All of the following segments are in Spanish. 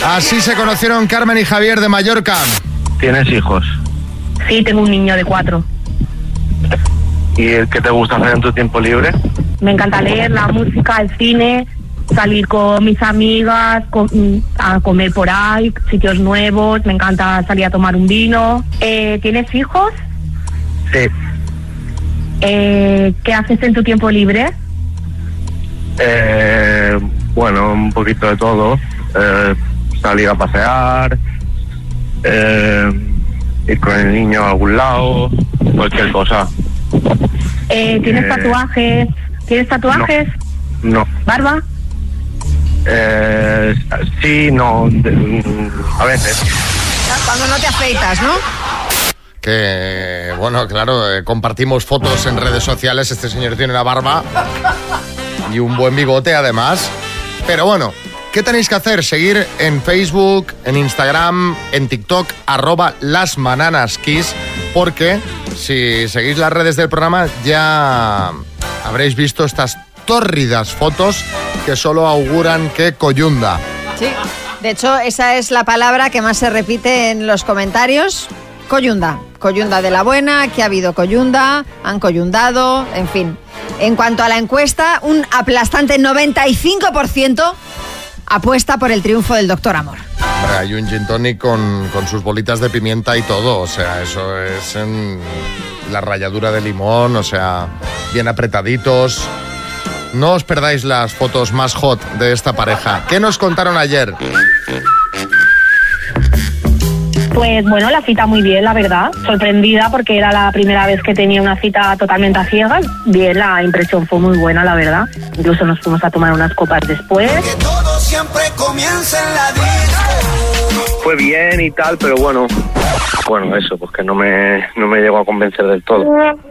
Así se conocieron Carmen y Javier de Mallorca. ¿Tienes hijos? Sí, tengo un niño de 4. ¿Y qué te gusta hacer en tu tiempo libre? Me encanta leer, la música, el cine, salir con mis amigas, a comer por ahí, sitios nuevos, me encanta salir a tomar un vino. ¿Tienes hijos? Sí. ¿Qué haces en tu tiempo libre? Bueno, un poquito de todo. Salir a pasear, ir con el niño a algún lado, cualquier cosa. ¿Tienes tatuajes? ¿Tienes tatuajes? No. ¿Barba? Sí, no, a veces. Cuando no te afeitas, ¿no? Que, bueno, claro, compartimos fotos en redes sociales. Este señor tiene una barba y un buen bigote, además. Pero bueno, ¿qué tenéis que hacer? Seguir en Facebook, en Instagram, en TikTok, @lasbananaskiss, porque si seguís las redes del programa ya habréis visto estas tórridas fotos que solo auguran que coyunda. Sí, de hecho esa es la palabra que más se repite en los comentarios. Coyunda, coyunda de la buena, que ha habido coyunda, han coyundado, en fin. En cuanto a la encuesta, un aplastante 95% apuesta por el triunfo del Doctor Amor. Hombre, hay un gin tonic con sus bolitas de pimienta y todo, o sea, eso es en la ralladura de limón, o sea, bien apretaditos. No os perdáis las fotos más hot de esta pareja. ¿Qué nos contaron ayer? Pues bueno, la cita muy bien, la verdad. Sorprendida porque era la primera vez que tenía una cita totalmente a ciegas. Bien, la impresión fue muy buena, la verdad. Incluso nos fuimos a tomar unas copas después. Que todo siempre comienza en la disco. Fue bien y tal, pero bueno, eso, pues que no me llegó a convencer del todo.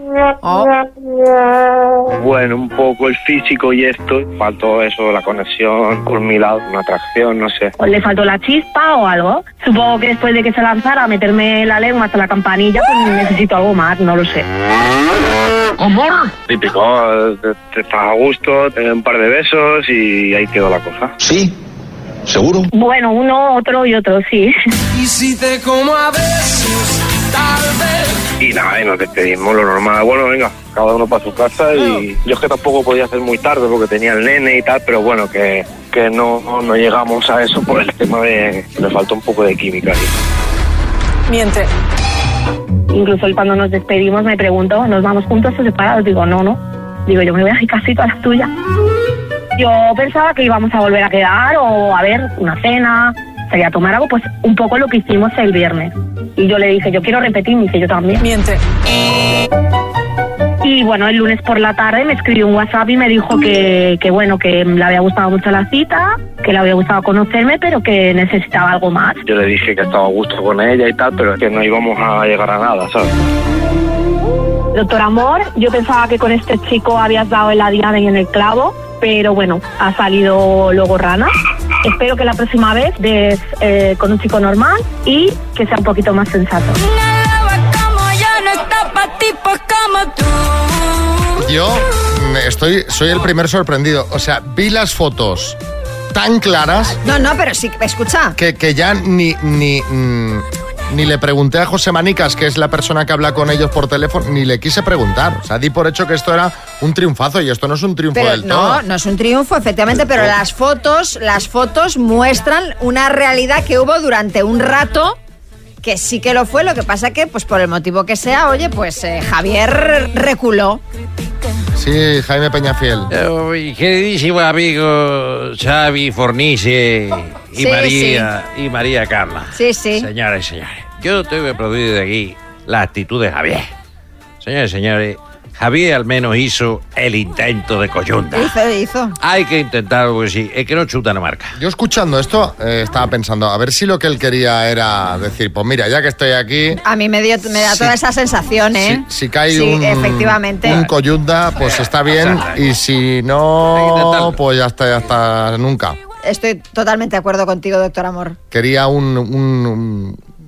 Bueno, un poco el físico y esto, faltó eso, la conexión por mi lado, una atracción, no sé. ¿O le faltó la chispa o algo? Supongo que después de que se lanzara a meterme la lengua hasta la campanilla, pues necesito algo más, no lo sé. ¿Amor? Típico, te estás a gusto, te un par de besos y ahí quedó la cosa. Sí, ¿seguro? Bueno, uno, otro y otro, sí. Y si te como a besos, tal vez. Y nada, y nos despedimos, lo normal. Bueno, venga, cada uno para su casa y yo es que tampoco podía hacer muy tarde porque tenía el nene y tal, pero bueno, que no llegamos a eso por el tema de que me faltó un poco de química ahí. Miente. Incluso cuando nos despedimos me preguntó, ¿nos vamos juntos o separados? Digo, no. Digo, yo me voy a ir casi todas las tuyas. Yo pensaba que íbamos a volver a quedar o a ver una cena, salir a tomar algo, pues un poco lo que hicimos el viernes. Y yo le dije, yo quiero repetir, me dice, yo también. Miente. Y bueno, el lunes por la tarde me escribió un WhatsApp y me dijo que bueno, que le había gustado mucho la cita, que le había gustado conocerme, pero que necesitaba algo más. Yo le dije que estaba a gusto con ella y tal, pero que no íbamos a llegar a nada, ¿sabes? Doctor Amor, yo pensaba que con este chico habías dado en la diana y en el clavo, pero bueno, ha salido luego rana. Espero que la próxima vez des con un chico normal y que sea un poquito más sensato. Yo soy el primer sorprendido. O sea, vi las fotos tan claras. No, pero sí, escucha. Que ya ni le pregunté a José Manicas, que es la persona que habla con ellos por teléfono, ni le quise preguntar. O sea, di por hecho que esto era un triunfazo y esto no es un triunfo del todo. No es un triunfo, efectivamente, pero las fotos muestran una realidad que hubo durante un rato, que sí que lo fue. Lo que pasa que, pues por el motivo que sea, oye, pues Javier reculó. Sí, Jaime Peñafiel. Mi queridísimo amigo Xavi Fornice y María Carla. Sí. Señores y señores, yo tengo que aplaudir de aquí la actitud de Javier. Señores y señores, Javier al menos hizo el intento de coyunda. Hizo. Hay que intentarlo, porque sí, es que no chuta no marca. Yo escuchando esto estaba pensando, a ver si lo que él quería era decir, pues mira, ya que estoy aquí... A mí me da toda esa sensación, ¿eh? Si cae efectivamente. un coyunda, pues está bien, y si no, pues ya está nunca. Estoy totalmente de acuerdo contigo, doctor Amor. Quería un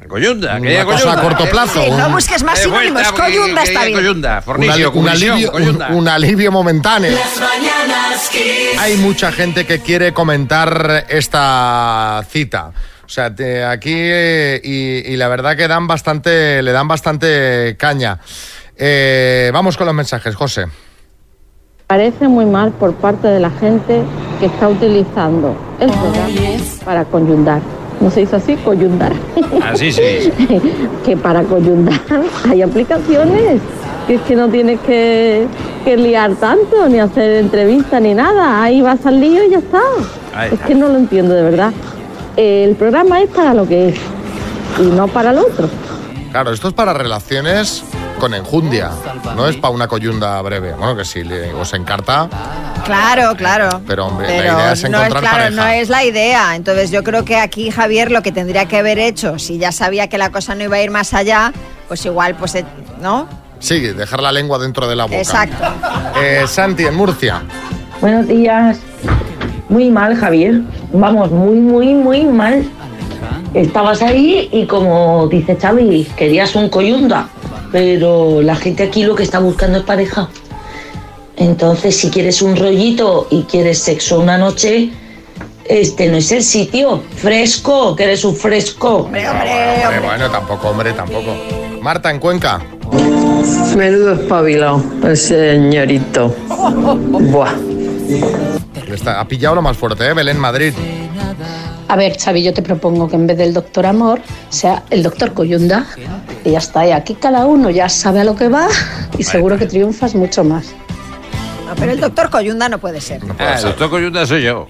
Coyunda, Una quería cosa coyunda. a corto plazo. No busques más sinónimos. Coyunda está bien. Coyunda, fornicio, coyunda. Un alivio momentáneo. Hay mucha gente que quiere comentar esta cita. O sea, aquí y la verdad que le dan bastante caña. Vamos con los mensajes, José. Parece muy mal por parte de la gente que está utilizando el programa para coyundar. ¿No se dice así? Coyundar. Así sí. Que para coyundar hay aplicaciones. Que es que no tienes que liar tanto, ni hacer entrevistas, ni nada. Ahí vas al lío y ya está. Es que no lo entiendo de verdad. El programa es para lo que es y no para lo otro. Claro, esto es para relaciones con enjundia, no es para una coyunda breve. Bueno, que si os encarta... Claro. Pero, hombre, la idea es encontrar pareja. No es la idea. Entonces yo creo que aquí Javier lo que tendría que haber hecho, si ya sabía que la cosa no iba a ir más allá, pues igual, pues, ¿no? Sí, dejar la lengua dentro de la boca. Exacto. Santi, en Murcia. Buenos días. Muy mal, Javier. Vamos, muy mal. Estabas ahí y como dice Xavi, querías un coyunda, pero la gente aquí lo que está buscando es pareja. Entonces, si quieres un rollito y quieres sexo una noche, este no es el sitio. Fresco, que eres un fresco. Hombre. Bueno, tampoco. Marta, en Cuenca. Menudo espabilado, el señorito. Buah. Ha pillado lo más fuerte, ¿eh? Belén, Madrid. A ver, Xavi, yo te propongo que en vez del doctor Amor sea el doctor Coyunda y ya está. Y aquí cada uno ya sabe a lo que va y seguro que triunfas mucho más. No, pero el doctor Coyunda no puede ser. El doctor Coyunda soy yo.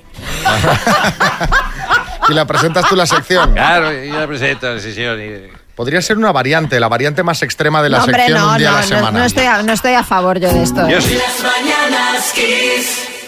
Y la presentas tú la sección. Claro, yo la presento la sección. Podría ser una variante, la variante más extrema de la sección un día a la semana. No estoy a favor yo de esto. Yo sí. Las mañanas Kiss.